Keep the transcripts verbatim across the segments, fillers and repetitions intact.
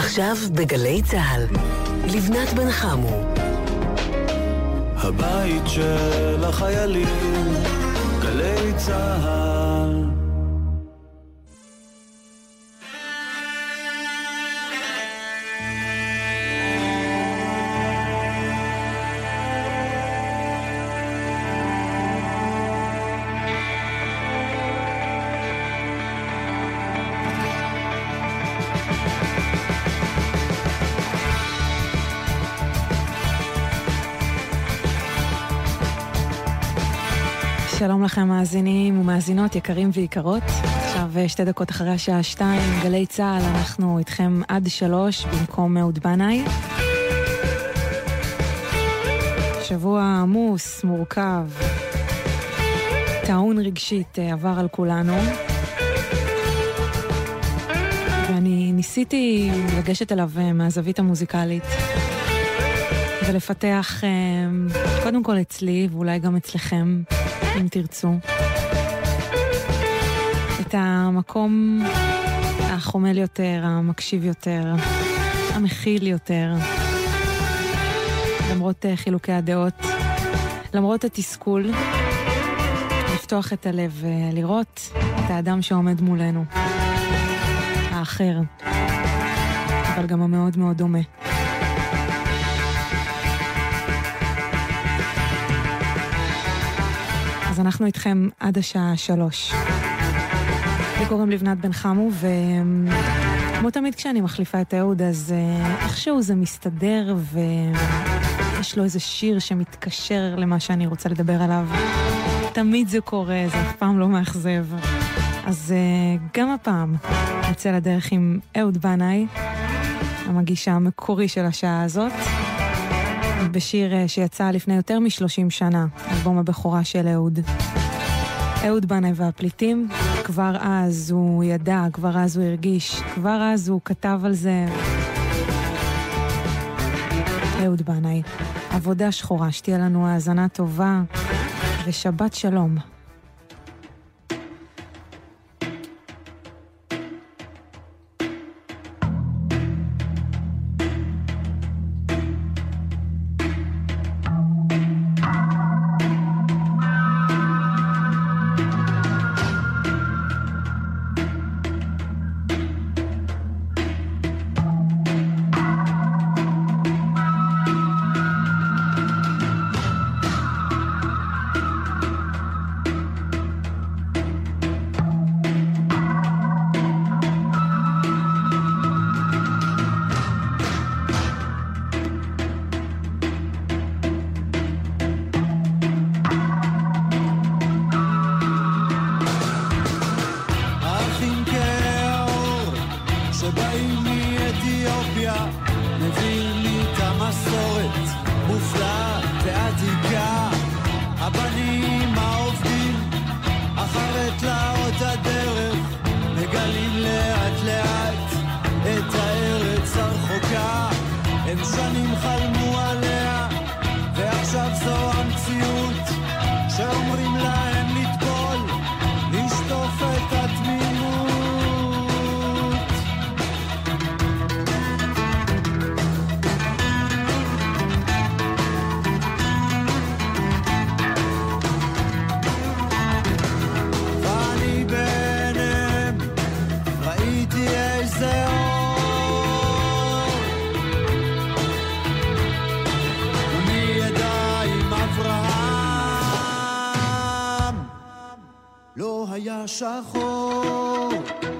עכשיו בגלי צהל, לבנת בן חמו. הבית של החיילים, גלי צהל. שלום לכם מאזינים ומאזינות יקרים ויקרות. עכשיו שתי דקות אחרי השעה שתיים, גלי צהל, אנחנו איתכם עד שלוש במקום אהוד בנאי. שבוע עמוס, מורכב, טעון רגשית עבר על כולנו. ואני ניסיתי לגשת אליו מהזווית המוזיקלית ולפתח קודם כל אצלי ואולי גם אצלכם אם תרצו את המקום החומל יותר, המקשיב יותר, המכיל יותר, למרות חילוקי הדעות, למרות התסכול, לפתוח את הלב ולראות את האדם שעומד מולנו, האחר, אבל גם המאוד מאוד דומה. אז אנחנו איתכם עד השעה שלוש. לי קוראים לבנת בן חמו, וכמו תמיד כשאני מחליפה את אהוד, אז איכשהו זה מסתדר, ויש לו איזה שיר שמתקשר למה שאני רוצה לדבר עליו. תמיד זה קורה, זה אף פעם לא מאכזב. אז גם הפעם נצא לדרך עם אהוד בנאי, המגישה המקורי של השעה הזאת, בשיר שיצא לפני יותר משלושים שנה, אלבום הבכורה של אהוד. אהוד בנאי והפליטים, כבר אז הוא ידע, כבר אז הוא הרגיש, כבר אז הוא כתב על זה. אהוד בנאי, עבודה שחורה, שתהיה לנו האזנה טובה, ושבת שלום. שחור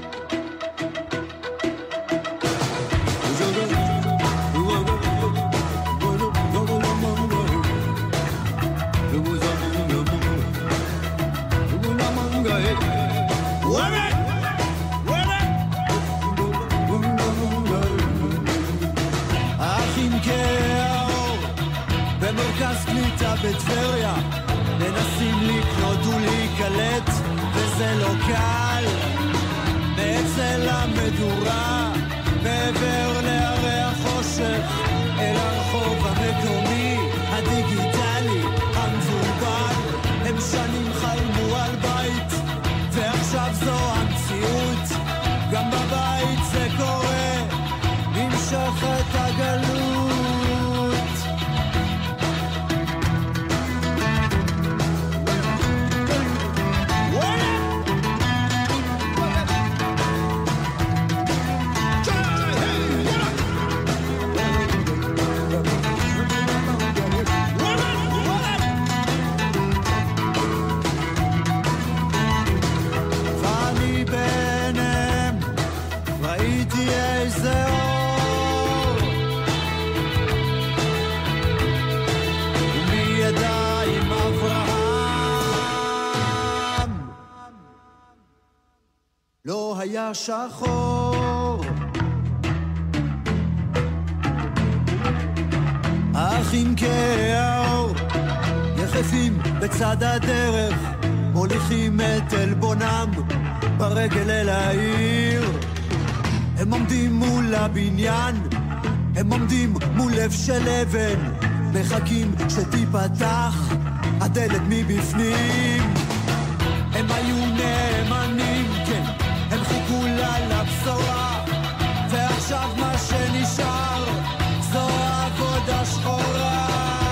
אחים כאור במרכז קליטה בטבריה מנסים לקנות ולהיקלט וזה לא קל, מאצל המדורה, מעבר להרי החושך, אל הרחוב המקומי, הדיגיטלי, המבולבל. הם שנים חלמו על בית, ועכשיו זו המציאות, גם בבית זה קורה, עם לא היה שחור. האחים כאור יחפים בצד הדרך, מוליכים את אלבונם ברגל אל העיר. הם עומדים מול הבניין, הם עומדים מול לב של אבן, מחכים שתיפתח הדלת מבפנים. הם היו נאמנים, כן, הם חיכו לה לבשורה, ועכשיו מה שנשאר זו עבודה שחורה.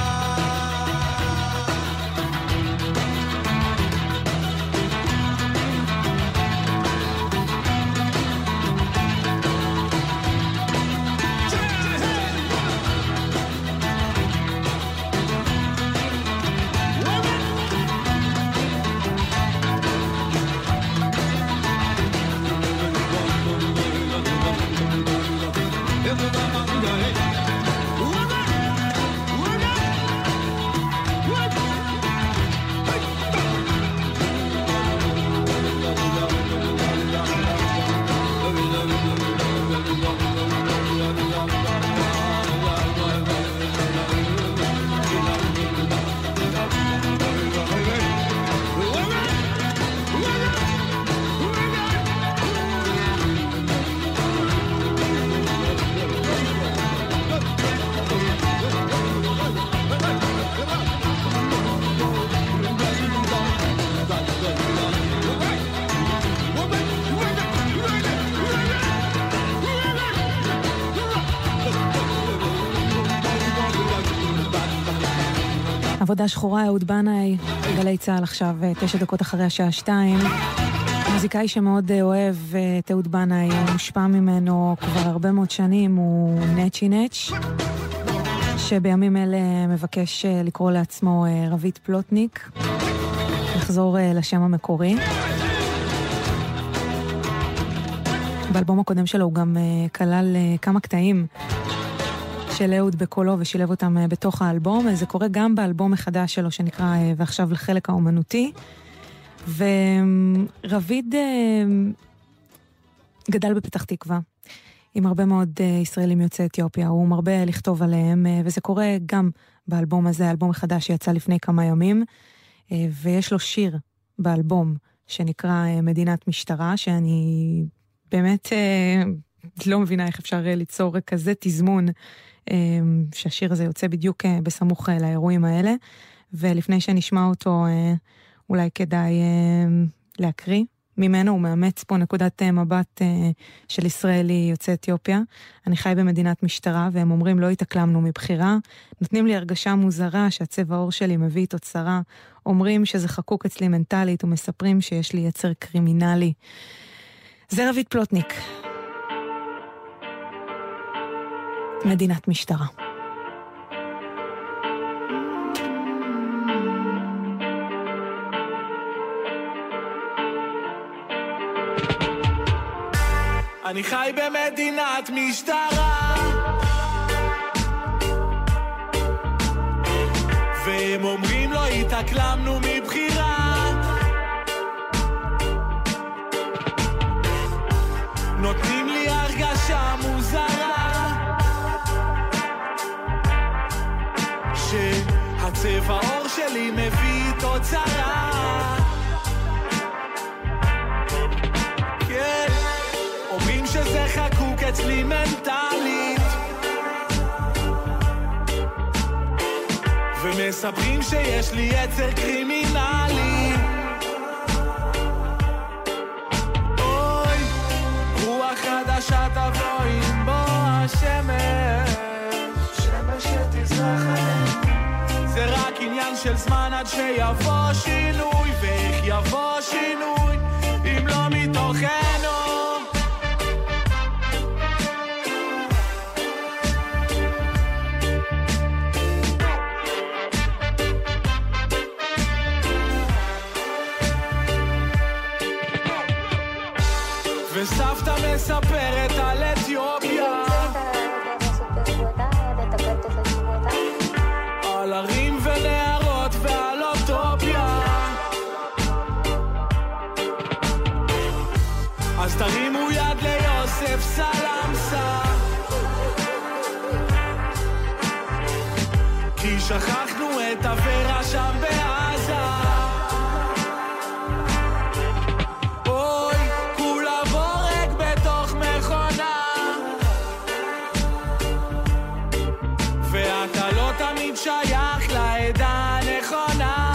עבודה שחורה, אהוד בנאי, גלי צהל עכשיו, תשע דקות אחרי השעה שתיים. מוזיקאי שמאוד אוהב את אהוד בנאי, מושפע ממנו כבר הרבה מאוד שנים, הוא נצ'י נץ', שבימים אלה מבקש לקרוא לעצמו רבית פלוטניק, לחזור לשם המקורי. באלבום הקודם שלו הוא גם כלל כמה קטעים של אהוד בקולו ושילב אותם בתוך האלבום. זה קורה גם באלבום החדש שלו שנקרא ועכשיו לחלק האומנותי. ורביד גדל בפתח תקווה עם הרבה מאוד ישראלים יוצאי אתיופיה, הוא מרבה לכתוב עליהם, וזה קורה גם באלבום הזה, האלבום החדש שיצא לפני כמה ימים, ויש לו שיר באלבום שנקרא מדינת משטרה, שאני באמת לא מבינה איך אפשר ליצור כזה תזמון שהשיר הזה יוצא בדיוק בסמוך לאירועים האלה, ולפני שנשמע אותו אולי כדאי להקריא ממנו. הוא מאמץ פה נקודת מבט של ישראלי יוצא אתיופיה. אני חי במדינת משטרה והם אומרים לא התאקלמנו מבחירה, נותנים לי הרגשה מוזרה שהצבע העור שלי מביא איתו צרה, אומרים שזה חקוק אצלי מנטלית ומספרים שיש לי יצר קרימינלי. זה רבית פלוטניק, מדינת משטרה. אני חי במדינת משטרה והם אומרים לא התאקלמנו מבחירה, נותנים לי הרגשה מוזרה שהצבע העור שלי מביא תוצרה. כן, אומרים שזה חקוק אצלי מנטלית ומספרים שיש לי יצר קרימינלי. אוי, רוח חדשה תבוא עם בוא השמש, שמש שתזרח עלינו, זה רק עניין של זמן עד שיבוא שינוי. ואיך יבוא שינוי אם לא מתוכנו? וסבתא מספרת על אתיופיה, על ערים ונערות ועל אוטופיה. אז תרימו יד ליוסף סלמסה, כי שכחנו את אברה שם בעזה. אוי, כולה בורג בתוך מכונה, ואתה לא תמיד שייך לעדה הנכונה.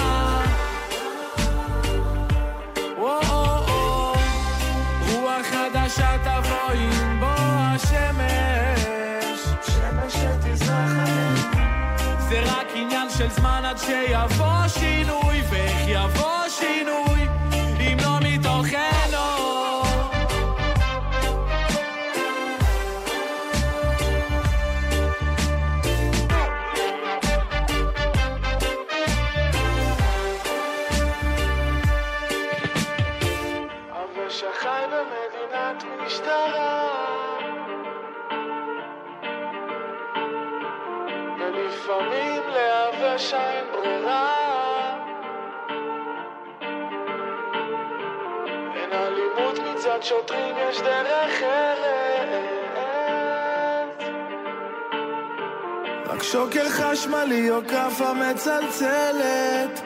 רוח חדשה תבוא עם בוא השמש, שמש שתזרח עלינו. זה רק עניין של זמן עד שיבוא שינוי, ואיך יבוא שינוי אם לא מתוכנו. שחי במדינת משטרה, ולפעמים להבש אין ברירה. אין אלימות מצד שוטרים, יש דרך ארץ, רק שוקר חשמלי או כפה מצלצלת.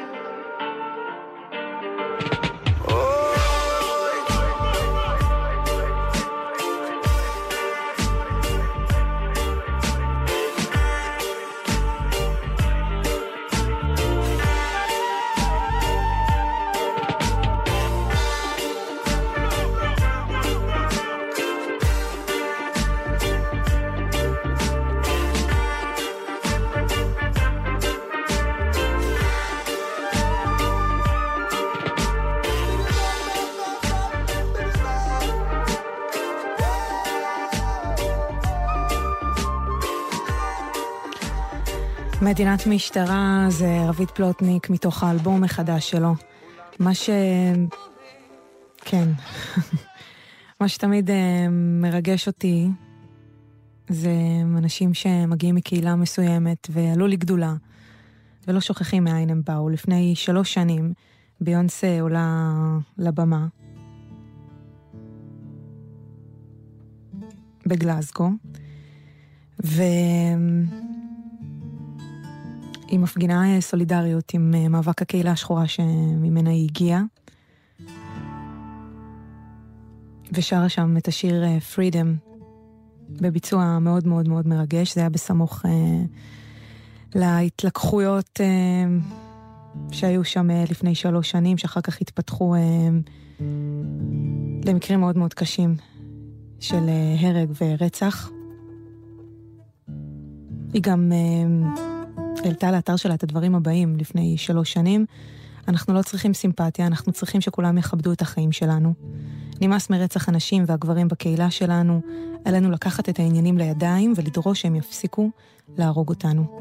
מדינת משטרה זה רביד פלוטניק מתוך האלבום החדש שלו. מה ש... כן. מה שתמיד מרגש אותי זה אנשים שמגיעים מקהילה מסוימת ועלו לגדולה ולא שוכחים מאין הם באו. לפני שלוש שנים ביונסה עולה לבמה בגלזגו, ו... היא מפגינה סולידריות עם מאבק הקהילה השחורה שממנה היא הגיעה, ושרה שם את השיר Freedom בביצוע מאוד מאוד מאוד מרגש. זה היה בסמוך אה, להתלקחויות אה, שהיו שם אה, לפני שלוש שנים, שאחר כך התפתחו אה, למקרים מאוד מאוד קשים של אה, הרג ורצח. היא גם אה, העלתה לאתר שלה את הדברים הבאים לפני שלוש שנים. אנחנו לא צריכים סימפתיה, אנחנו צריכים שכולם יכבדו את החיים שלנו. נמאס מרצח הנשים והגברים בקהילה שלנו, עלינו לקחת את העניינים לידיים ולדרוש שהם יפסיקו להרוג אותנו.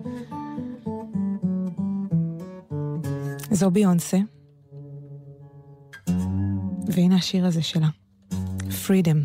זו ביונסה, והנה השיר הזה שלה, Freedom.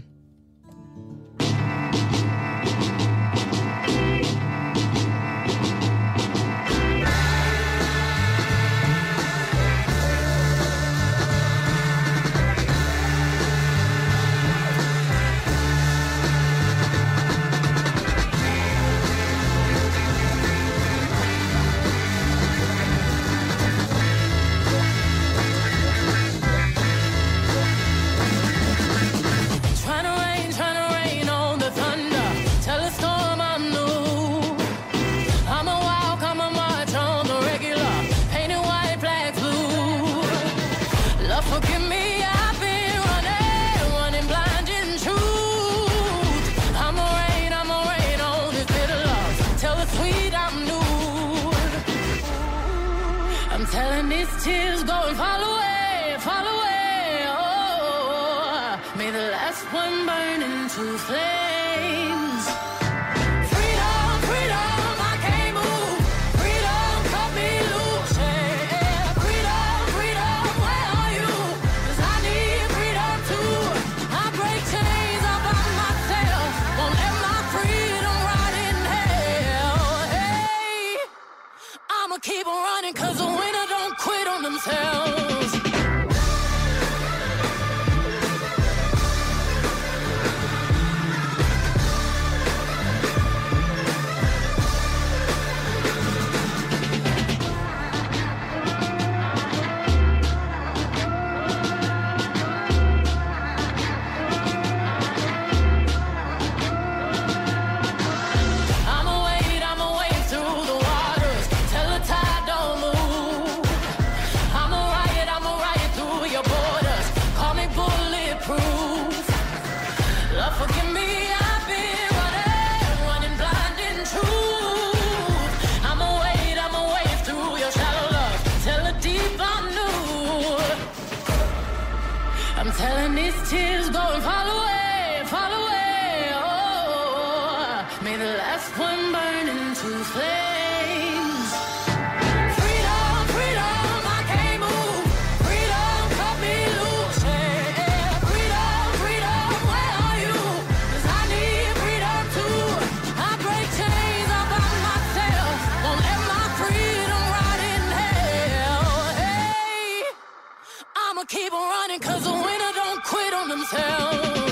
tears go and fall away, fall away. Oh, may the last one burn into flames. Freedom, freedom, I can't move. Freedom, cut me loose. Hey, hey. Freedom, freedom, where are you? 'Cause I need freedom too. I break chains all by myself. Won't let my freedom rot in hell. Hey, I'ma keep on running 'cause the winner don't quit on themselves.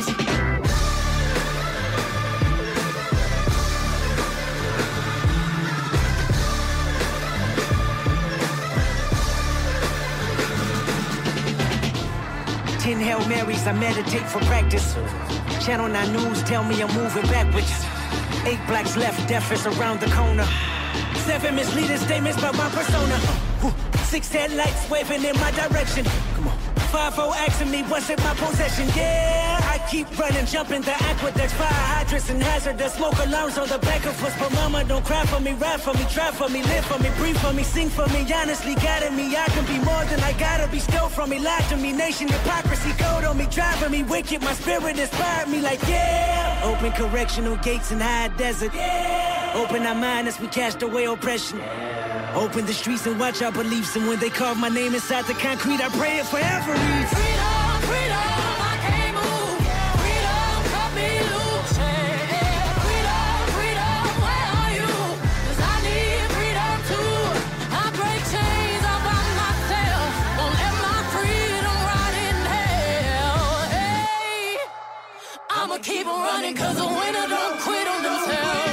Ten Hail Marys, I meditate for practice. Channel nine News tell me I'm moving backwards. Eight blacks left, death is around the corner. Seven misleading statements about my persona. Six headlights waving in my direction. Come on. Five-O asking me what's in my possession. Yeah, I keep running, jumping the aqueducts, fire hydrants and hazardous smoke alarms on the back of us. But mama, don't cry for me, rap for me, try for me, live for me, breathe for me, sing for me. Honestly, guiding me, I can be more than I gotta be. Stole from me, lied to me, nation hypocrisy, code on me, driving me wicked. My spirit inspired me like yeah. Open correctional gates in high desert. Yeah. Open our mind as we cast away oppression. Open the streets and watch our beliefs. And when they carve my name inside the concrete, I pray it forever reads. Freedom, freedom, I can't move. Freedom, cut me loose. Hey, hey. Freedom, freedom, where are you? 'Cause I need freedom too. I break chains all by myself. Won't let my freedom rot in hell. Hey, I'ma keep on running 'cause the winner don't quit on themselves.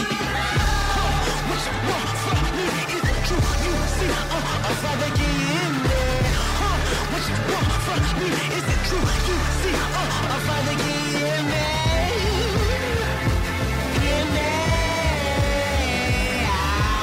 Father, get in there. Huh? What you want from me? Is it true? You see, uh, Father, get in there. Get in there.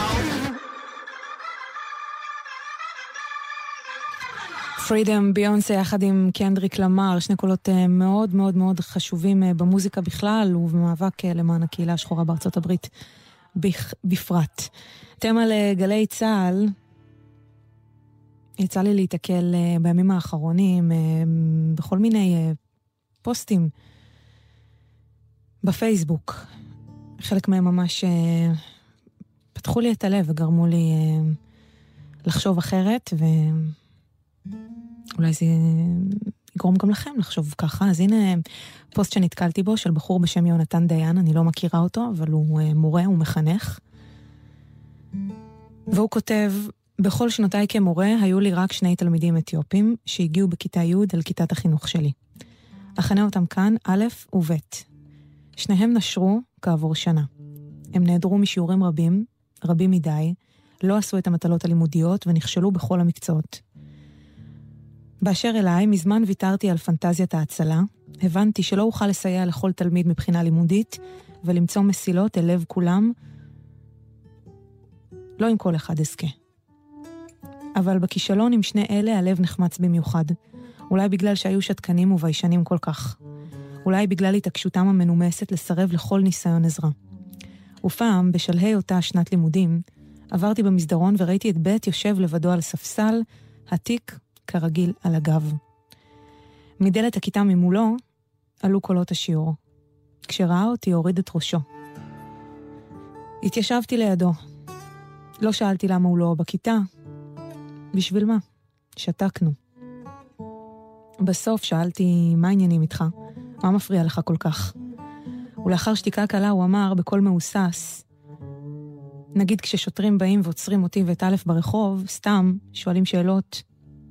פרידם, ביונסה יחד עם קנדריק למר, שני קולות מאוד מאוד מאוד חשובים במוזיקה בכלל ובמאבק למען הקהילה השחורה בארצות הברית בפרט. תמה לגלי צהל, יצא לי להתקל בימים האחרונים בכל מיני פוסטים בפייסבוק. חלק מהם ממש פתחו לי את הלב וגרמו לי לחשוב אחרת, ואולי זה יגרום גם לכם לחשוב ככה. אז הנה פוסט שנתקלתי בו של בחור בשם יונתן דיין, אני לא מכירה אותו, אבל הוא מורה, הוא מחנך. והוא כותב, בכל שנותיי כמורה היו לי רק שני תלמידים אתיופים שהגיעו בכיתה י' על כיתת החינוך שלי. אכנה אותם כאן א' וב'. שניהם נשרו כעבור שנה. הם נעדרו משיעורים רבים, רבים מדי, לא עשו את המטלות הלימודיות ונכשלו בכל המקצועות. באשר אליי, מזמן ויתרתי על פנטזיית ההצלה, הבנתי שלא אוכל לסייע לכל תלמיד מבחינה לימודית ולמצוא מסילות אל לב כולם, לא עם כל אחד עסקה. אבל בכישלון עם שני אלה הלב נחמץ במיוחד. אולי בגלל שהיו שתקנים וביישנים כל כך. אולי בגלל התעקשותם המנומסת לסרב לכל ניסיון עזרה. ופעם, בשלהי אותה שנת לימודים, עברתי במסדרון וראיתי את בית יושב לבדו על ספסל, התיק כרגיל על הגב. מדלת הכיתה ממולו עלו קולות השיעור. כשראה אותי הוריד את ראשו. התיישבתי לידו. לא שאלתי למה הוא לא בכיתה. בשביל מה? שתקנו. בסוף שאלתי, מה העניינים איתך? מה מפריע לך כל כך? ולאחר שתיקה קלה הוא אמר בקול מאוסס, נגיד כששוטרים באים ועוצרים אותי ואת א' ברחוב, סתם שואלים שאלות.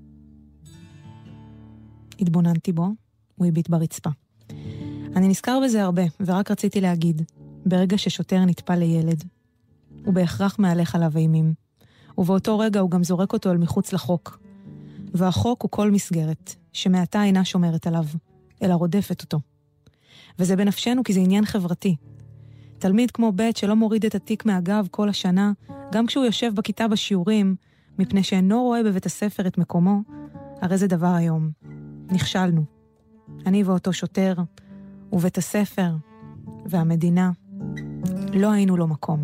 התבוננתי בו, הוא הביט ברצפה. אני נזכר בזה הרבה, ורק רציתי להגיד, ברגע ששוטר נטפל לילד, הוא בהכרח מהלך עליו אימים. ובאותו רגע הוא גם זורק אותו אל מחוץ לחוק. והחוק הוא כל מסגרת, שמעתה אינה שומרת עליו, אלא רודפת אותו. וזה בנפשנו כי זה עניין חברתי. תלמיד כמו בית שלא מוריד את התיק מהגב כל השנה, גם כשהוא יושב בכיתה בשיעורים, מפני שאינו רואה בבית הספר את מקומו, הרי זה דבר היום. נכשלנו. אני ואותו שוטר, ובית הספר, והמדינה, לא היינו לו מקום.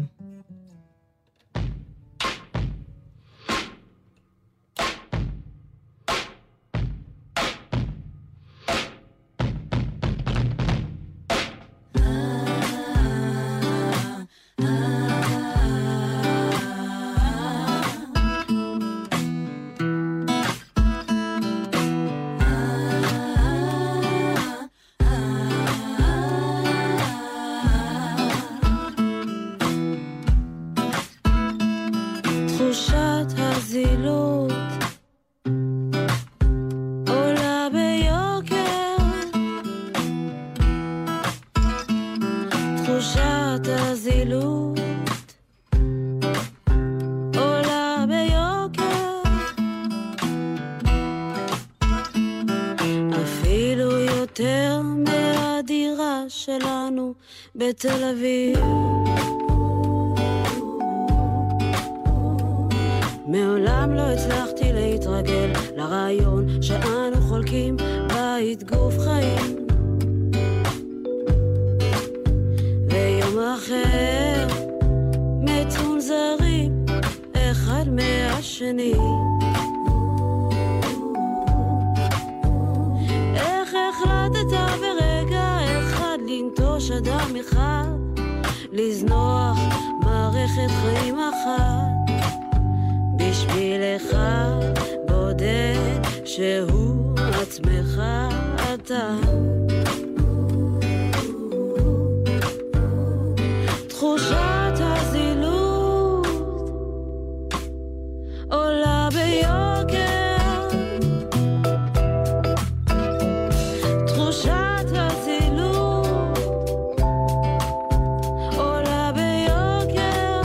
תחושת הזילות עולה ביוקר, אפילו יותר מהדירה שלנו בתל אביב. מעולם לא הצלחתי להתרגל לרעיון שאנו חולקים בית גוף חיים, ויום אחר מצונזרים אחד מהשני. איך החלטת ברגע אחד לנטוש אדם אחד, לזנוח מערכת חיים אחת בשביל אחד בודד שהוא עצמך אתה. תחושת הזילות עולה ביוקר, תחושת הזילות עולה ביוקר,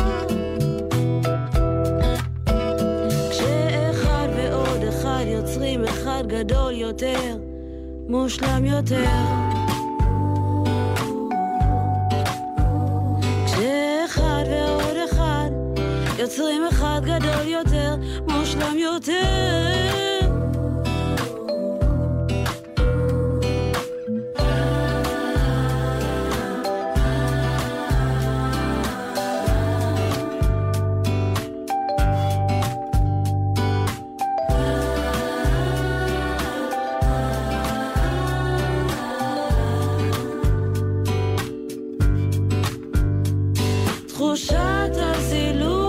כשאחד ועוד אחד יוצרים אחד גדול יותר, מושלם יותר. יוצרים אחד גדול יותר, מושלם יותר. תחושת הזילות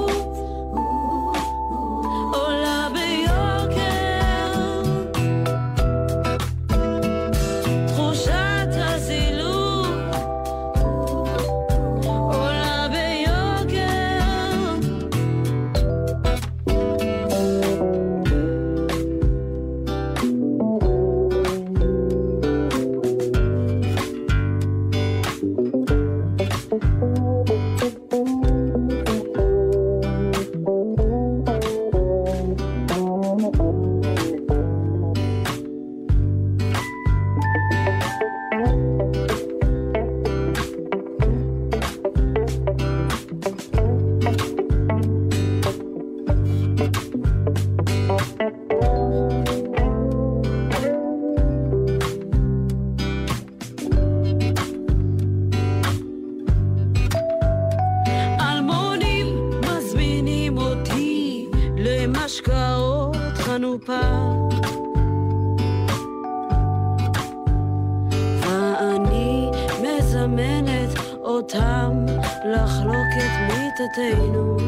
ואני מזמנת אותם לחלוק את מיטתנו.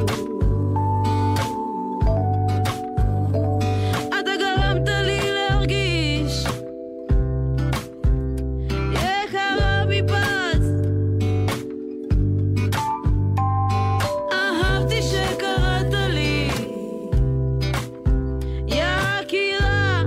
אתה גרמת לי להרגיש יקרה מפז, אהבתי שקראת לי יקירה.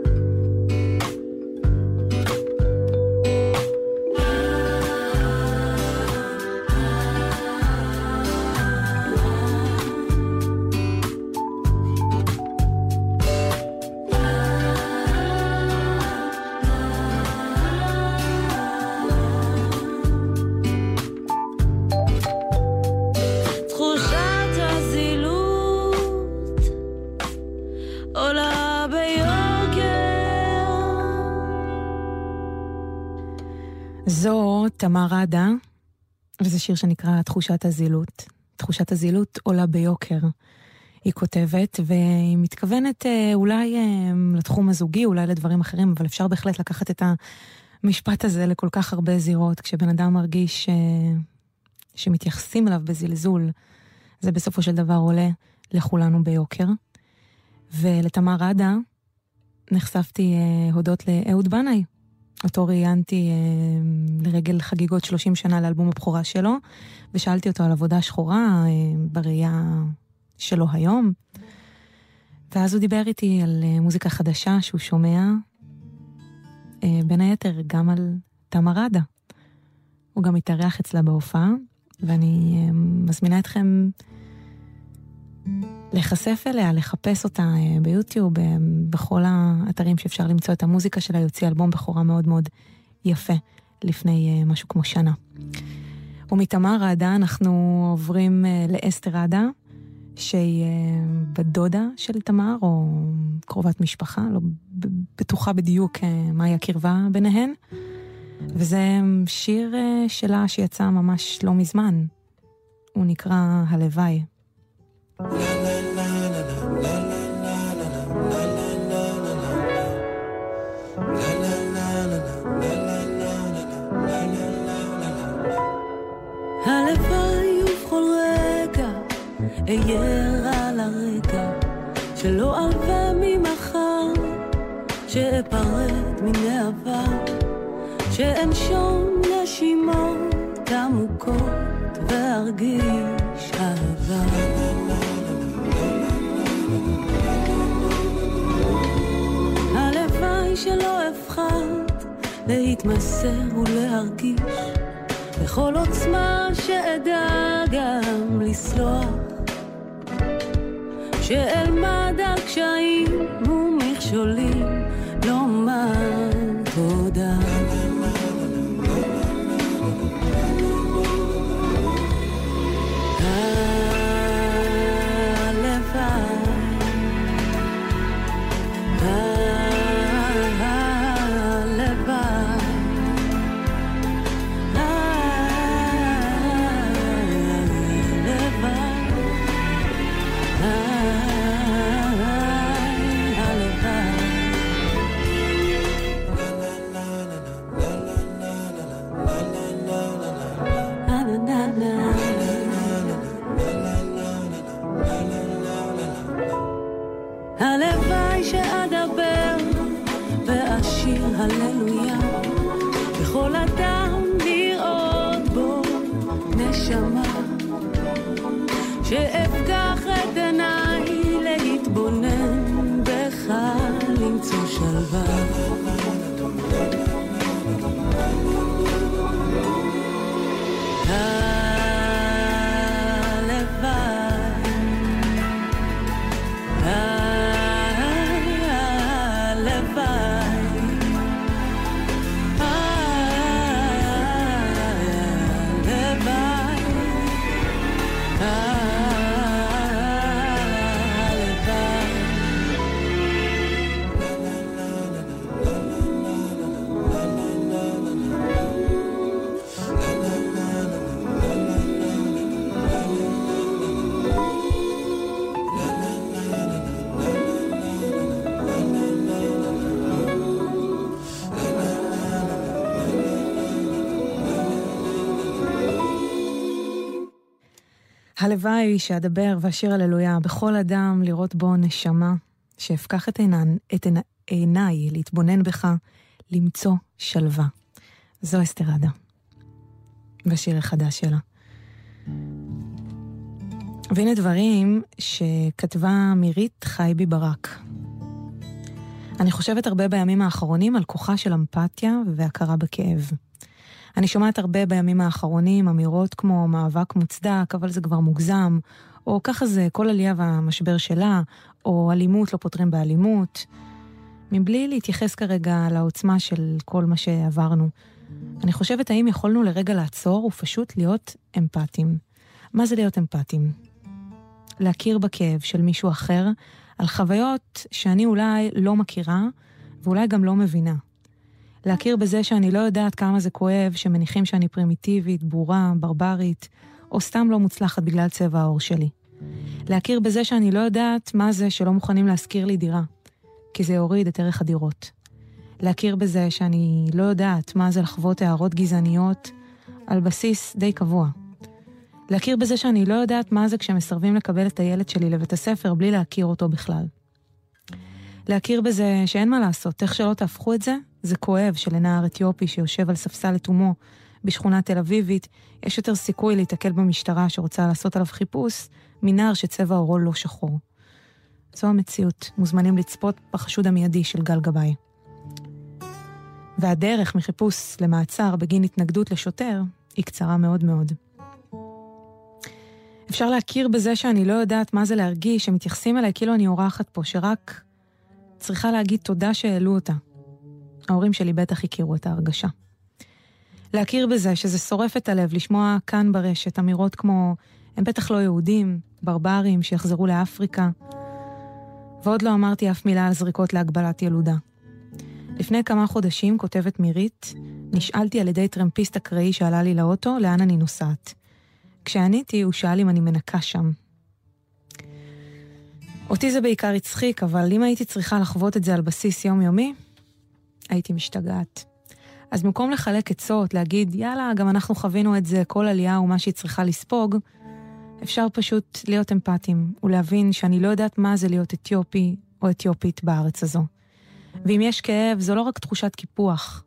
זו תמר ראדה, וזה שיר שנקרא תחושת הזילות. תחושת הזילות עולה ביוקר, היא כותבת, והיא מתכוונת אולי לתחום הזוגי, אולי לדברים אחרים, אבל אפשר בהחלט לקחת את המשפט הזה לכל כך הרבה זירות, כשבן אדם מרגיש ש... שמתייחסים אליו בזלזול, זה בסופו של דבר עולה לכולנו ביוקר. ולתמר ראדה נחשפתי הודות לאהוד בנאי, אותו ראיינתי אה, לרגל חגיגות שלושים שנה לאלבום הבכורה שלו, ושאלתי אותו על עבודה שחורה אה, בראייה שלו היום. ואז הוא דיבר איתי על אה, מוזיקה חדשה שהוא שומע, אה, בין היתר גם על תמר ראדה. הוא גם התארח אצלה בהופעה, ואני מזמינה אתכם לחשף אליה, לחפש אותה ביוטיוב, בכל האתרים שאפשר למצוא את המוזיקה שלה. יוציא אלבום בכורה מאוד מאוד יפה לפני משהו כמו שנה. ומתמר רעדה אנחנו עוברים לאסתר רעדה, שהיא בדודה של תמר, או קרובת משפחה, לא בטוחה בדיוק מהי הקרבה ביניהן. וזה שיר שלה שיצא ממש לא מזמן. הוא נקרא הלוואי. הלוואי ובכל רגע אהיה על הרגע שלא ארווה ממחר, שאפרד מן העבר, שאנשום נשימות עמוקות וארגיש אהבה. הלוואי שלא אפחד להתמסר ולהרגיש בכל עוצמה, שאדע גם לסלוח, שאלמד על קשיים ומכשולים לומר תודה. הלוואי שאדבר ואשיר הללויה, בכל אדם לראות בו נשמה, שאפקח את עיניי להתבונן בך, למצוא שלווה. הלוואי שאדבר ואשיר הללויה, בכל אדם לראות בו נשמה, שאפקח את עינן, את עיניי להתבונן בך, למצוא שלווה. זו אסתר רעדה, בשיר החדש שלה. והנה דברים שכתבה מירית חייבי ברק. אני חושבת הרבה בימים האחרונים על כוחה של אמפתיה והכרה בכאב. אני שומעת הרבה בימים האחרונים אמירות כמו מאבק מוצדק, אבל זה כבר מוגזם, או ככה זה כל עלייה והמשבר שלה, או אלימות לא פותרים באלימות, מבלי להתייחס כרגע לעוצמה של כל מה שעברנו. אני חושבת האם יכולנו לרגע לעצור ופשוט להיות אמפתיים. מה זה להיות אמפתיים? להכיר בכאב של מישהו אחר, על חוויות שאני אולי לא מכירה, ואולי גם לא מבינה. להכיר בזה שאני לא יודעת כמה זה כואב, שמניחים שאני פרימיטיבית, בורה, ברברית, או סתם לא מוצלחת בגלל צבע העור שלי. להכיר בזה שאני לא יודעת מה זה שלא מוכנים להזכיר לי דירה, כי זה יוריד את ערך הדירות. להכיר בזה שאני לא יודעת מה זה לחוות הערות גזעניות על בסיס די קבוע. להכיר בזה שאני לא יודעת מה זה כשמסרבים לקבל את הילד שלי לבית הספר בלי להכיר אותו בכלל. להכיר בזה שאין מה לעשות, איך שלא תהפכו את זה, זה כואב שלנער אתיופי שיושב על ספסל לתומו בשכונה תל אביבית, יש יותר סיכוי להתקל במשטרה שרוצה לעשות עליו חיפוש, מנער שצבע עורו לא שחור. זו המציאות, מוזמנים לצפות בחשוד המיידי של גל גבאי. והדרך מחיפוש למעצר בגין התנגדות לשוטר היא קצרה מאוד מאוד. אפשר להכיר בזה שאני לא יודעת מה זה להרגיש, שמתייחסים אליי כאילו אני אורחת פה, שרק צריכה להגיד תודה שהעלו אותה. ההורים שלי בטח הכירו את ההרגשה. להכיר בזה שזה שורף את הלב, לשמוע כאן ברשת אמירות כמו, הם בטח לא יהודים, ברברים שיחזרו לאפריקה, ועוד לא אמרתי אף מילה על זריקות להגבלת ילודה. לפני כמה חודשים, כותבת מירית, נשאלתי על ידי טרמפיסט אקראי שעלה לי לאוטו, לאן אני נוסעת. כשעניתי, הוא שאל אם אני מנקה שם. אותי זה בעיקר הצחיק, אבל אם הייתי צריכה לחוות את זה על בסיס יומיומי, הייתי משתגעת. אז במקום לחלק עצות, להגיד, יאללה, גם אנחנו חווינו את זה, כל עלייה ומה שהיא צריכה לספוג, אפשר פשוט להיות אמפתיים, ולהבין שאני לא יודעת מה זה להיות אתיופי או אתיופית בארץ הזו. ואם יש כאב, זו לא רק תחושת קיפוח.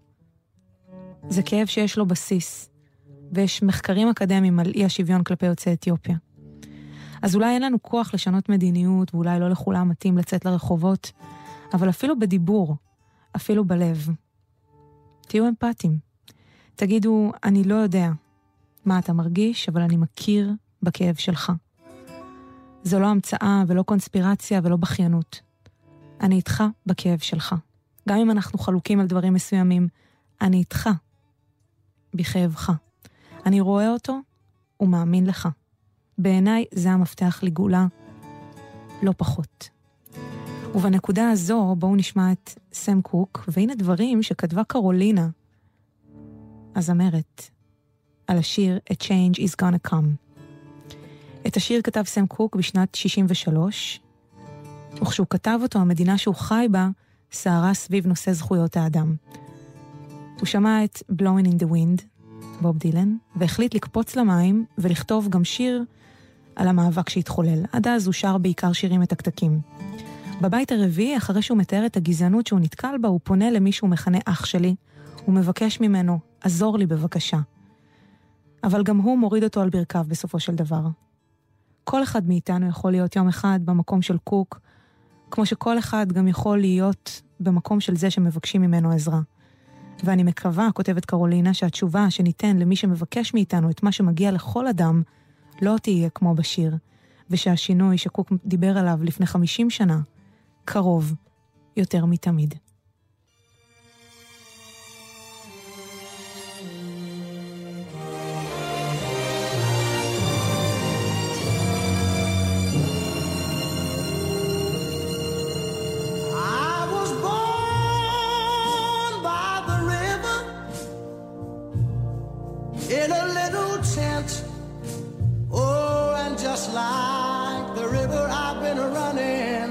זה כאב שיש לו בסיס, ויש מחקרים אקדמיים על אי השוויון כלפי יוצאי אתיופיה. אז אולי אין לנו כוח לשנות מדיניות, ואולי לא לכולם מתאים לצאת לרחובות, אבל אפילו בדיבור, אפילו בלב. תהיו אמפתיים. תגידו, אני לא יודע מה אתה מרגיש, אבל אני מכיר בכאב שלך. זו לא המצאה ולא קונספירציה ולא בחיינות. אני איתך בכאב שלך. גם אם אנחנו חלוקים על דברים מסוימים, אני איתך בכאבך. אני רואה אותו ומאמין לך. בעיניי זה המפתח לגאולה, לא פחות. ובנקודה הזו בואו נשמע את סם קוק, והנה דברים שכתבה קרולינה, הזמרת, על השיר A Change is Gonna Come. את השיר כתב סם קוק בשנת שישים ושלוש, וכשהוא כתב אותו, המדינה שהוא חי בה, סערה סביב נושא זכויות האדם. הוא שמע את Blowing in the Wind, בוב דילן, והחליט לקפוץ למים ולכתוב גם שיר על המאבק שהתחולל. עד אז הוא שר בעיקר שירים מתקתקים. בבית הרביעי, אחרי שהוא מתאר את הגזענות שהוא נתקל בה, הוא פונה למישהו מכנה אח שלי, הוא מבקש ממנו, עזור לי בבקשה. אבל גם הוא מוריד אותו על ברכיו בסופו של דבר. כל אחד מאיתנו יכול להיות יום אחד במקום של קוק, כמו שכל אחד גם יכול להיות במקום של זה שמבקשים ממנו עזרה. ואני מקווה, כותבת קרולינה, שהתשובה שניתן למי שמבקש מאיתנו את מה שמגיע לכל אדם, לא תהיה כמו בשיר, ושהשינוי שקוק דיבר עליו לפני חמישים שנה, קרוב יותר מתמיד. In a little tent, oh, and just like the river I've been running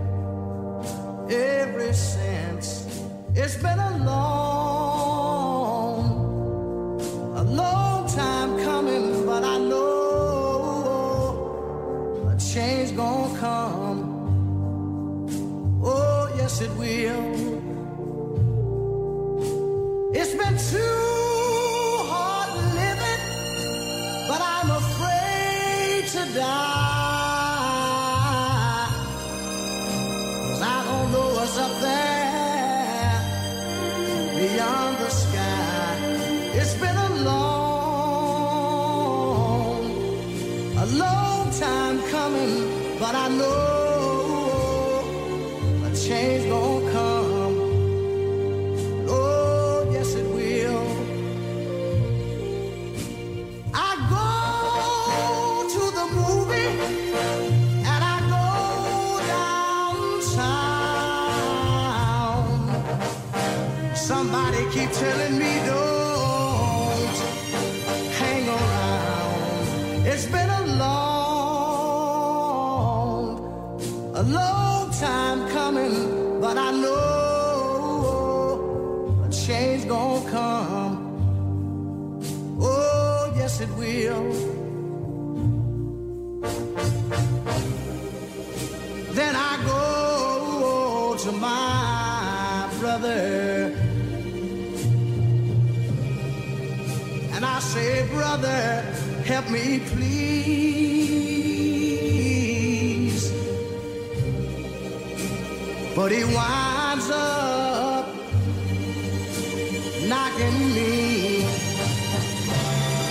ever since. It's been a long, a long time coming, but I know a change gonna come. Oh, yes it will. It's been too but I'm afraid to die, 'cause I don't know what's up there beyond the sky. It's been a long, a long time coming, but I know a change gonna come. Oh, yes it will. And I go downtown. Somebody keep telling me don't hang around. It's been a long, a long time coming, but I know a change gonna come. Oh, yes it will. Then I go to my brother and I say, brother, help me please. But he winds up knocking me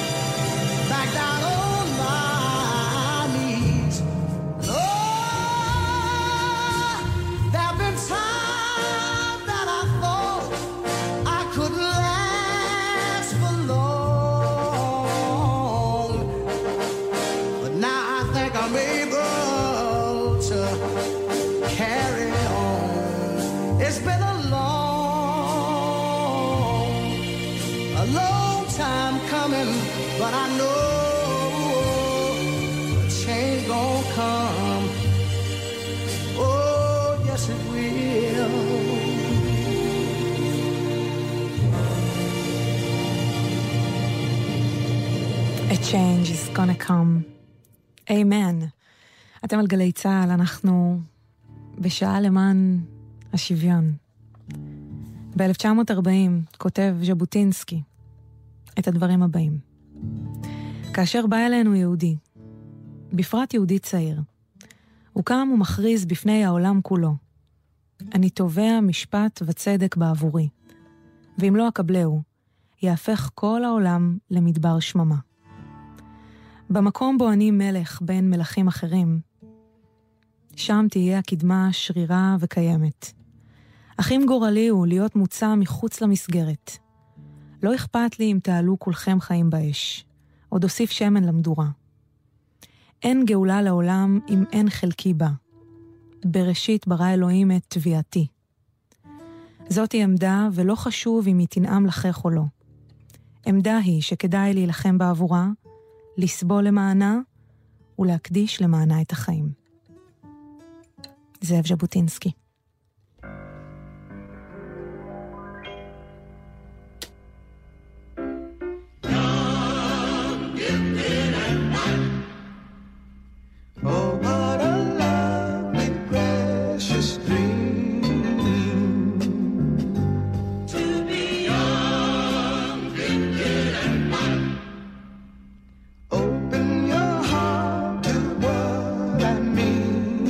a long time coming, but I know a change gonna come. Oh, yes it will. A change is gonna come. Amen. אתם על גלי צהל, אנחנו בשעה למען השוויון. ב-אלף תשע מאות ארבעים כותב ז'בוטינסקי את הדברים הבאים. כאשר בא אלינו יהודי, בפרט יהודי צעיר, הוא קם ומכריז בפני העולם כולו, אני תובע משפט וצדק בעבורי, ואם לא אקבלהו, יהפך כל העולם למדבר שממה. במקום בו אני מלך בין מלכים אחרים, שם תהיה הקדמה שרירה וקיימת. אך אם גורלי הוא להיות מוצא מחוץ למסגרת, לא אכפת לי אם תעלו כולכם חיים באש, עוד אוסיף שמן למדורה. אין גאולה לעולם אם אין חלקי בה. בראשית ברא אלוהים את תביעתי. זאת היא עמדה ולא חשוב אם היא תנעם לחך או לא. עמדה היא שכדאי להילחם בעבורה, לסבול למענה ולהקדיש למענה את החיים. זאב ז'בוטינסקי. Oh, what a lovely, precious dream To be young, gifted and fine. Open your heart to what I mean.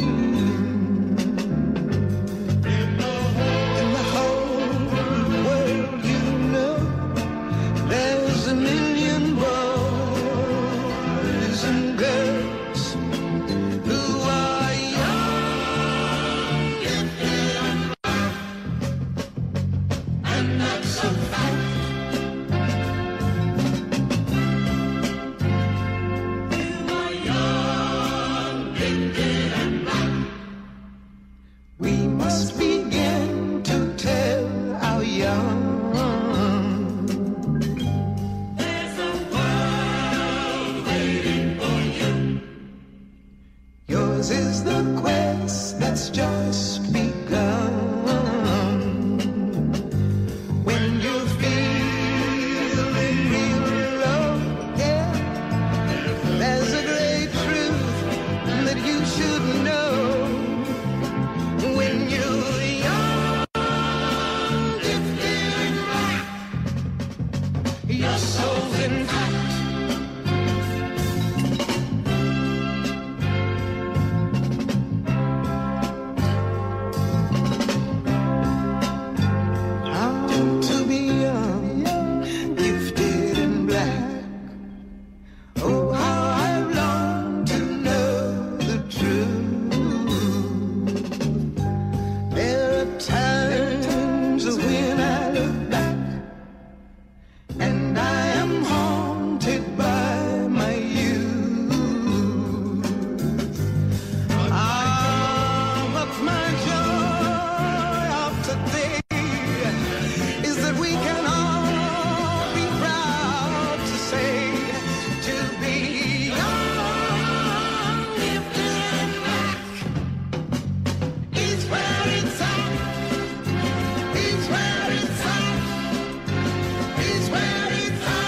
In the whole world, you know, there's a million boys and girls who are young, gifted and fine. And that's a fact. We must begin to tell our young. There's a world waiting for you. Yours is the quest that's just begun. When you're feeling real low, yeah, there's a great truth that you should know. When you're young, gifted and right, your soul's intact. How to be young, gifted and black. Oh, how I've longed to know the truth. There are times when I look back and I am haunted by my youth. Ah, but my joy of today is that we can all be proud to say, to be young, gifted and black is where it's at. It's where it's at. It's where it's at.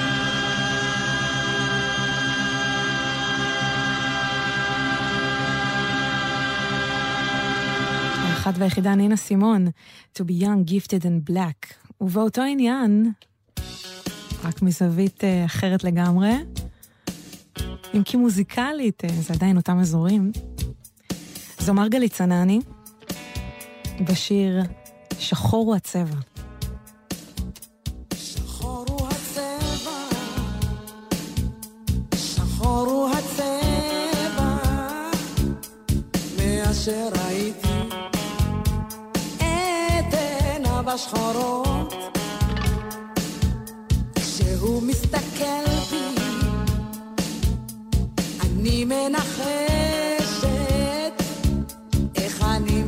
האחת והיחידה נינה סימון, To be young, gifted and black. ובאותו עניין, רק מזווית אה, אחרת לגמרי, אם כי מוזיקלית, אה, זה עדיין אותם אזורים. זו מרגלית צנני, בשיר שחור הוא הצבע. שחור הוא הצבע, שחור הוא הצבע, מאשר ראיתי את עיניו השחורות, כשהוא מסתכל בי, אני מנחשת איך אני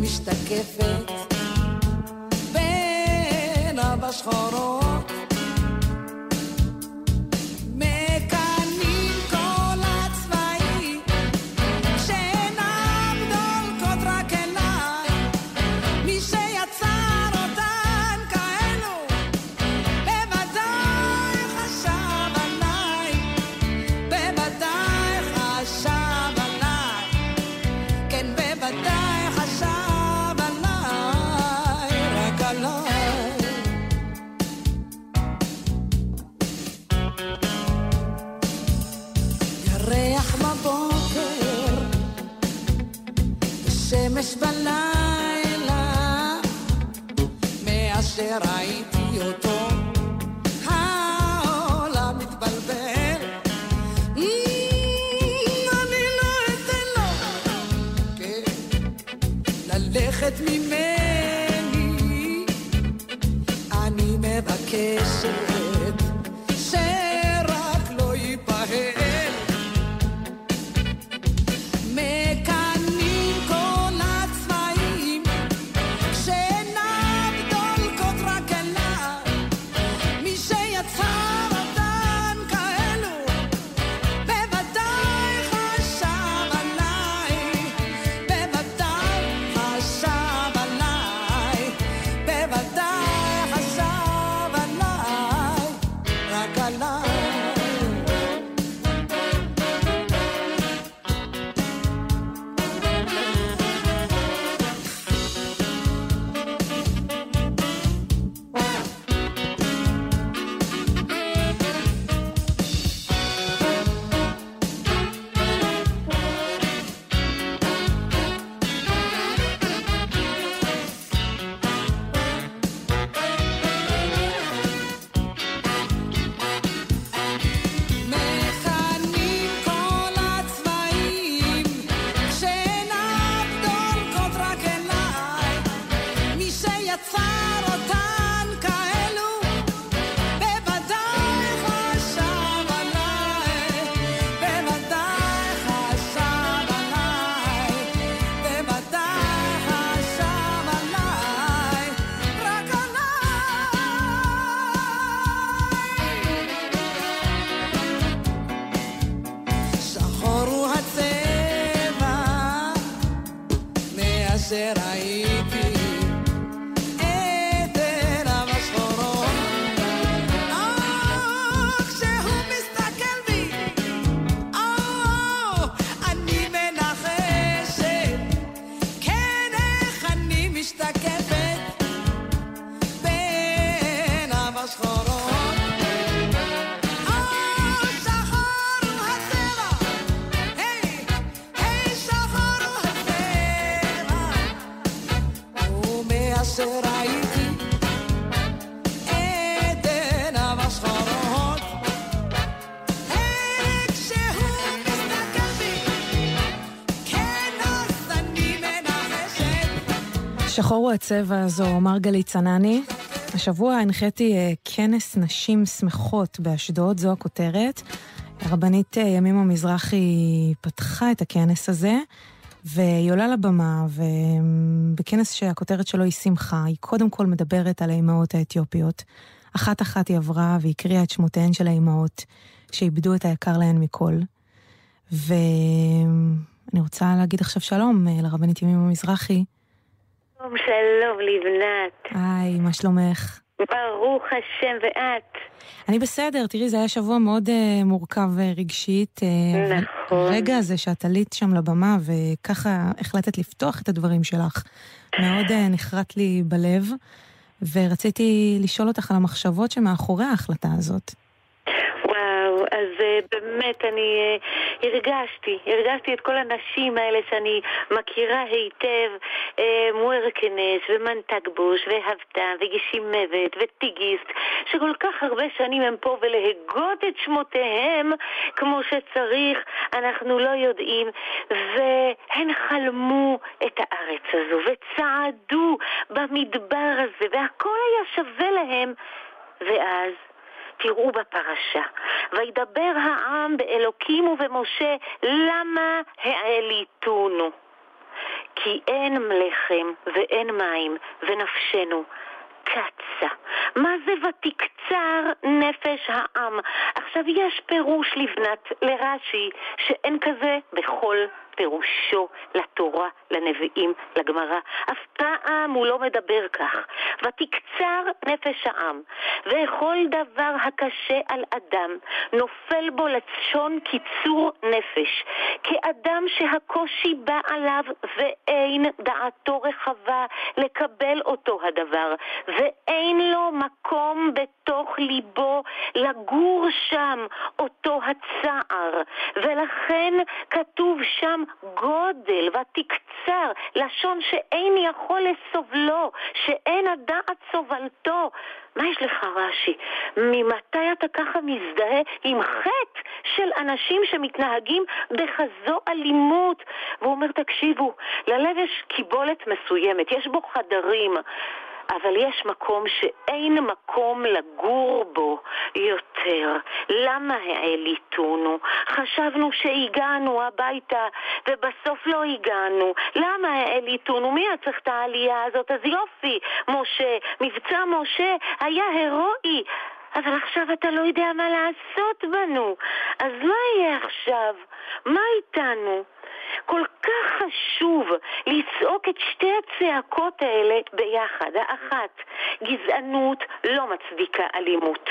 משתקפת בעיניו השחורות. שמש בלילה, מאשר ראיתי אותו העולם מתבלבל. אני לא אתן לו ללכת ממני, אני מבקשת שרק לא ייפהל. מקנים כל הצבעים כשעיניו דולקות רק אליו, מי שיצר אותן כאלו בוודאי חשב עליי, בוודאי חשב עליי, בוודאי חשב עליי, רק עליי. מכנים כל הצבעים כשעיניו דולקות רק אליי, מי שיצר אותן כאלו בוודאי חשב עליי, בוודאי חשב עליי, בוודאי חשב עליי, רק עליי. שחור הוא הצבע מאשר ראיתי את עיניו השחורות. אה, כשהוא מסתכל בי, אה, אני מנחשת, כן, איך אני משתקפת בעיניו השחורות. אה, שחור הוא הצבע, היי, היי, שחור הוא הצבע, ומאשר ראיתי את עיניו השחורות, היי, כשהוא מסתכל בי, כן, אז אני מנחשת. שחור הוא הצבע, זו מרגלית צנני. השבוע הנחיתי אה, כנס נשים שמחות באשדוד, זו הכותרת. הרבנית אה, ימימה מזרחי פתחה את הכנס הזה, והיא עולה לבמה, ובכנס שהכותרת שלו היא שמחה, היא קודם כל מדברת על האימהות האתיופיות. אחת אחת היא עברה והקריאה את שמותיהן של האימהות שאיבדו את היקר להן מכל. ואני רוצה להגיד עכשיו שלום אה, לרבנית ימימה מזרחי. שלום, שלום, לבנת. היי, מה שלומך? ברוך השם, ואת? אני בסדר, תראי, זה היה שבוע מאוד uh, מורכב uh, רגשית. Uh, נכון. הרגע הזה שאת עלית שם לבמה, וככה החלטת לפתוח את הדברים שלך, מאוד uh, נחרט לי בלב, ורציתי לשאול אותך על המחשבות שמאחורי ההחלטה הזאת. וואו, אז uh, באמת אני uh, הרגשתי, הרגשתי את כל הנשים האלה שאני מכירה היטב, uh, מוארקנס ומנטגבוש והבטה וגישימבת וטיגיסט, שכל כך הרבה שנים הם פה, ולהגות את שמותיהם כמו שצריך אנחנו לא יודעים, והן חלמו את הארץ הזו וצעדו במדבר הזה והכל היה שווה להם. ואז תראו בפרשה, וידבר העם באלוקים ובמשה, למה העליתונו? כי אין לחם ואין מים ונפשנו קצה. מה זה ותקצר נפש העם? עכשיו יש פירוש לבנת לרש"י שאין כזה בכל פירושו לתורה, לנביאים, לגמרא. אף פעם הוא לא מדבר כך. ותקצר נפש העם, וכל דבר הקשה על אדם נופל בו לשון קיצור נפש, כאדם שהקושי בא עליו ואין דעתו רחבה לקבל אותו הדבר, ואין לו מקום בתוך ליבו לגור שם אותו הצער, ולכן כתוב שם גם גודל ותקצר, לשון שאין יכול לסובלו, שאין הדעת סובלתו. מה יש לך רש"י? ממתי אתה ככה מזדהה עם חטא של אנשים שמתנהגים בכזו אלימות? והוא אומר, תקשיבו, ללב יש קיבולת מסוימת, יש בו חדרים, אבל יש מקום שאין מקום לגור בו יותר. למה העליתונו? חשבנו שהגענו הביתה ובסוף לא הגענו. למה העליתונו? מי צריך את העלייה הזאת? אז יופי, משה, מבצע משה היה הרואי, אבל עכשיו אתה לא יודע מה לעשות בנו. אז מה יהיה עכשיו? מה איתנו? כל כך חשוב לצעוק את שתי הצעקות האלה ביחד. האחת, גזענות לא מצדיקה אלימות,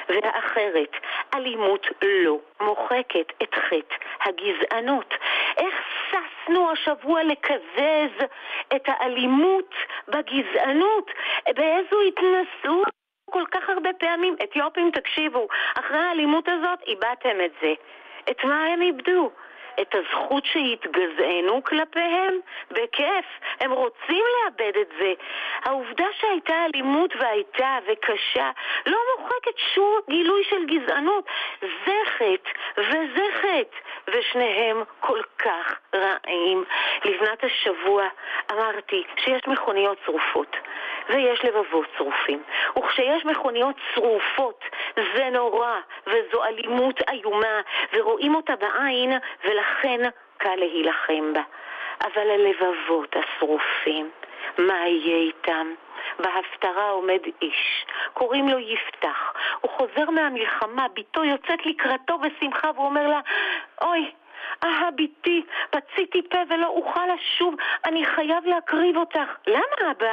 והאחרת, אלימות לא מוחקת את חטא הגזענות. איך ססנו השבוע לקזז את האלימות בגזענות? באיזו התנסות כל כך הרבה פעמים. אתיופים, תקשיבו, אחרי האלימות הזאת איבדתם את זה. את מה הם איבדו? את הזכות שהתגזענו כלפיהם? בכיף, הם רוצים לאבד את זה. העובדה שהייתה אלימות והייתה וקשה לא מוחקת שום גילוי של גזענות. זה חטא וזה חטא, ושניהם כל כך רעים. לבנת השבוע אמרתי שיש מכוניות צרופות ויש לבבות צרופים, וכשיש מכוניות צרופות זה נורא וזו אלימות איומה ורואים אותה בעין, ולכן קל להילחם בה. אבל הלבבות השרופים, מה יהיה איתם? בהפטרה עומד איש, קוראים לו יפתח, הוא חוזר מהמלחמה, ביתו יוצאת לקראתו בשמחה ואומר לה, אוי, אה, ביתי, פציתי פה ולא אוכל לשוב, אני חייב להקריב אותך. למה אבא?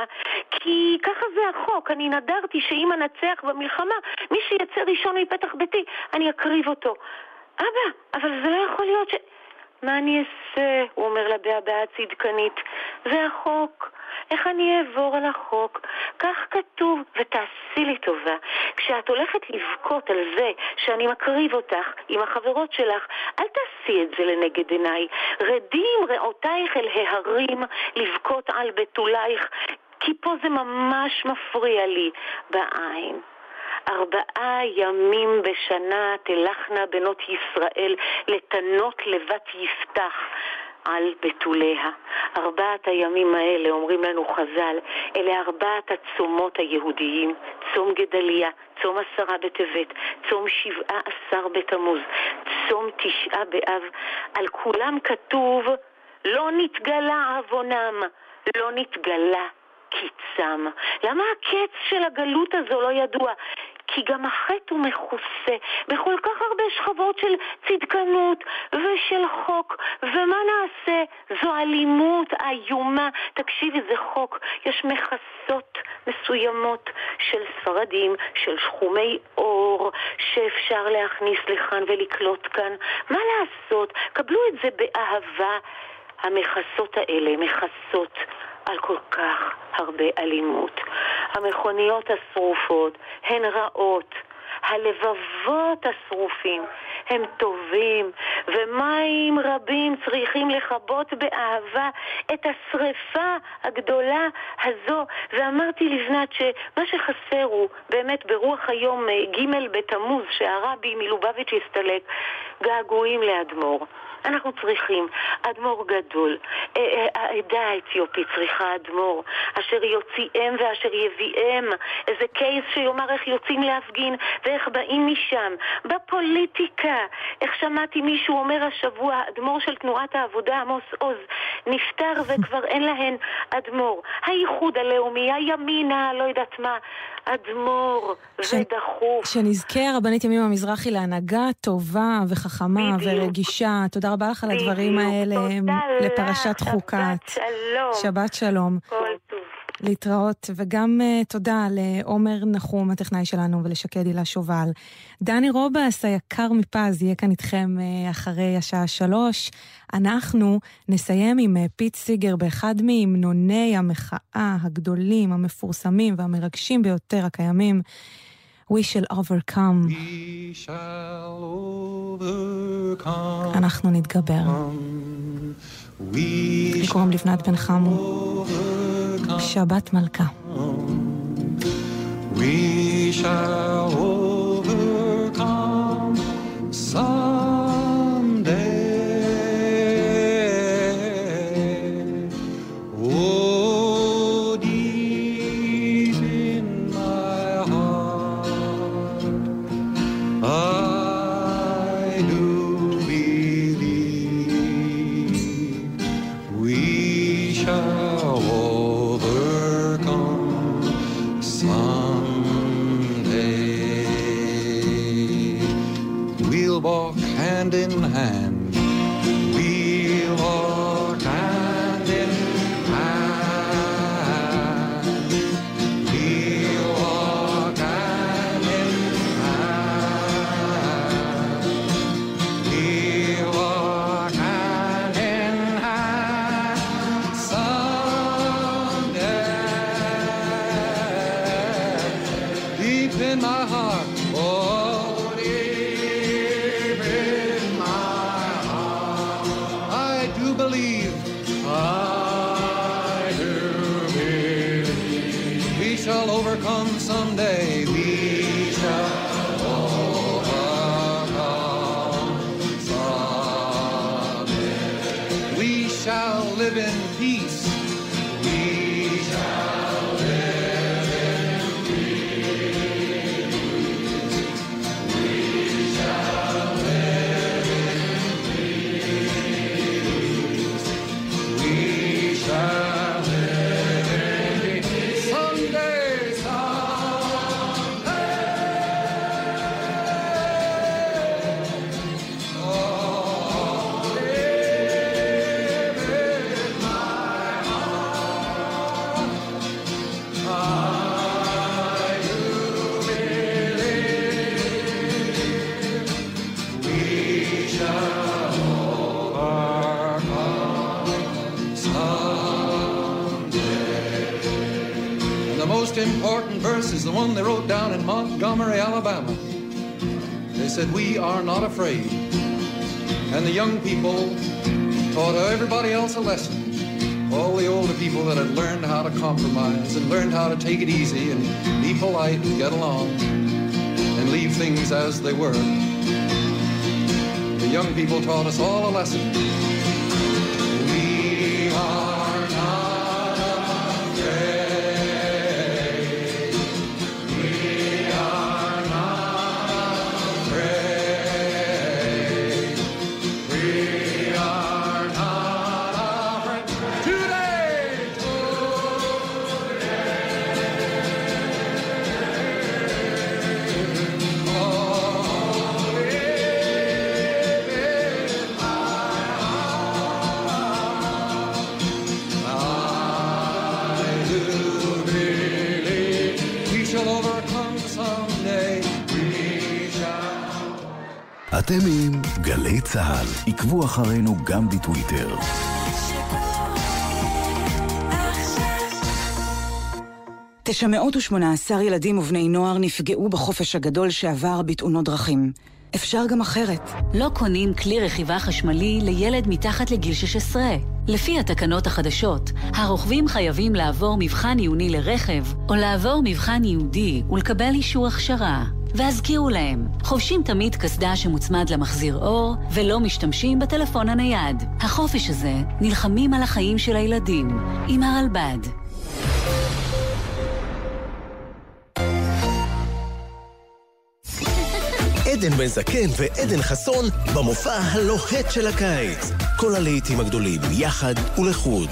כי ככה זה החוק, אני נדרתי שאם אנצח במלחמה, מי שיצא ראשון מפתח ביתי, אני אקריב אותו. אבא, אבל זה לא יכול להיות ש... מה אני אעשה? הוא אומר לה בהבעה צדקנית, זה החוק, איך אני אעבור על החוק? כך כתוב, ותעשי לי טובה, כשאת הולכת לבכות על זה שאני מקריב אותך עם החברות שלך, אל תעשי את זה לנגד עיניי. רדי עם רעותייך אל ההרים לבכות על בתולייך, כי פה זה ממש מפריע לי בעין. ארבעה ימים בשנה תלכנה בנות ישראל לתנות לבת יפתח על בתוליה. ארבעת הימים האלה, אומרים לנו חז"ל, אלה ארבעת הצומות היהודיים: צום גדליה, צום עשרה בטבת, צום שבעה עשר בתמוז, צום תשעה באב. על כולם כתוב לא נתגלה עוונם, לא נתגלה קיצם. למה הקץ של הגלות הזו לא ידוע? כי גם החטא הוא מכוסה בכל כך הרבה שכבות של צדקנות ושל חוק. ומה נעשה? זו אלימות איומה. תקשיבי, זה חוק. יש מכסות מסוימות של ספרדים, של שחומי אור, שאפשר להכניס לכאן ולקלוט כאן. מה לעשות? קבלו את זה באהבה. המכסות האלה מכסות על כל כך הרבה אלימות. המכוניות השרופות הן רעות, הלבבות השרופים הם טובים, ומים רבים צריכים לחבות באהבה את השריפה הגדולה הזו. ואמרתי לבנת שמה שחסר הוא באמת ברוח היום ג' בתמוז שהרבי מלובביץ' הסתלק, געגועים לאדמו"ר. אנחנו צריכים אדמו"ר גדול. העדה האתיופית צריכה אדמו"ר אשר יוציאם ואשר יביאם. איזה קייס שיאמר איך יוצאים להפגין ואיך באים משם. בפוליטיקה, איך שמעתי מישהו אומר השבוע, אדמו"ר של תנועת העבודה עמוס עוז נפטר וכבר אין להן אדמו"ר. האיחוד הלאומי, הימינה, לא יודעת מה, אדמו"ר ש... ודחוף. שנזכה רבנית ימימה מזרחי להנהגה טובה וחכמה בדיוק. ורגישה. תודה רבה לך על הדברים האלה לפרשת חוקת. שבת שלום. שבת שלום. כל טוב. להתראות, וגם uh, תודה לעומר נחום הטכנאי שלנו ולשקד הילה שובל. דני רובס היקר מפז יהיה כאן איתכם uh, אחרי השעה שלוש. אנחנו נסיים עם uh, פיט סיגר באחד מהמנוני המחאה הגדולים, המפורסמים והמרגשים ביותר הקיימים. We shall overcome. We shall overcome. אנחנו נתגבר. לי קוראים לבנת בן חמו. שבת מלכה. We shall overcome someday. Oh, deep in my heart, I do believe we shall overcome someday. We'll walk hand in hand. We'll walk hand in hand. We'll walk hand in hand. We'll walk hand in hand someday. Deep in my heart, oh, deep in my heart, I do believe, I do believe, we shall overcome someday. We shall overcome someday. We shall live in peace. We shall live in peace. We shall live in peace. We shall live in peace. Someday, someday. Oh, live in my heart. I do believe we shall overcome someday. And the most important verse is the one they wrote down in Montgomery, Alabama. They said, we are not afraid. And the young people taught everybody else a lesson. All the older people that had learned how to compromise and learned how to take it easy and be polite and get along and leave things as they were. The young people taught us all a lesson. We are not afraid. We are not afraid. We are not afraid. Today, today. Oh, live in my heart. I do believe we shall overcome someday. We shall. אתם עם גלי צהל. עקבו אחרינו גם בטוויטר. תשע מאות ושמונה עשרה ילדים ובני נוער נפגעו בחופש הגדול שעבר בתאונות דרכים. אפשר גם אחרת. לא קונים כלי רכיבה חשמלי לילד מתחת לגיל שש עשרה. לפי התקנות החדשות, הרוכבים חייבים לעבור מבחן עיוני לרכב, או לעבור מבחן ייעודי ולקבל אישור הכשרה. והזכירו להם, חובשים תמיד קסדה שמוצמד למחזיר אור, ולא משתמשים בטלפון הנייד. החופש הזה נלחמים על החיים של הילדים, עם הרלב"ד. עדן בן זקן ועדן חסון במופע הלוהט של הקיץ. כל הלהיטים הגדולים, יחד ולחוד.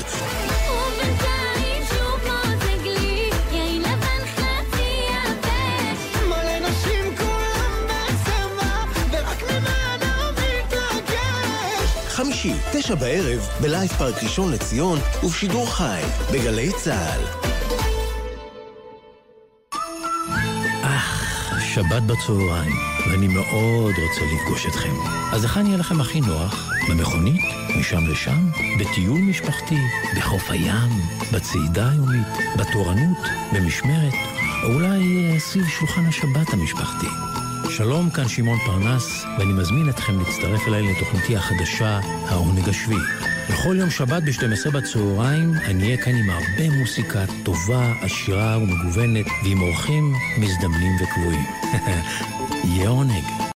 חמישי, תשע בערב, בלייב פארק ראשון לציון ובשידור חי, בגלי צהל. שבת בצהריים, ואני מאוד רוצה לפגוש אתכם. אז היכן יהיה לכם הכי נוח? במכונית? משם לשם? בטיול משפחתי? בחוף הים? בצעידה היומית? בתורנות? במשמרת? או אולי סביב שולחן השבת המשפחתי? שלום, כאן שמעון פרנס, ואני מזמין אתכם להצטרף אליי לתוכניתי החדשה, העונג השביעי. בכל יום שבת ב-שתים עשרה בצהריים אני אהיה כאן עם הרבה מוסיקה טובה, עשירה ומגוונת, ועם אורחים מזדמנים וקבועים. יהיה עונג.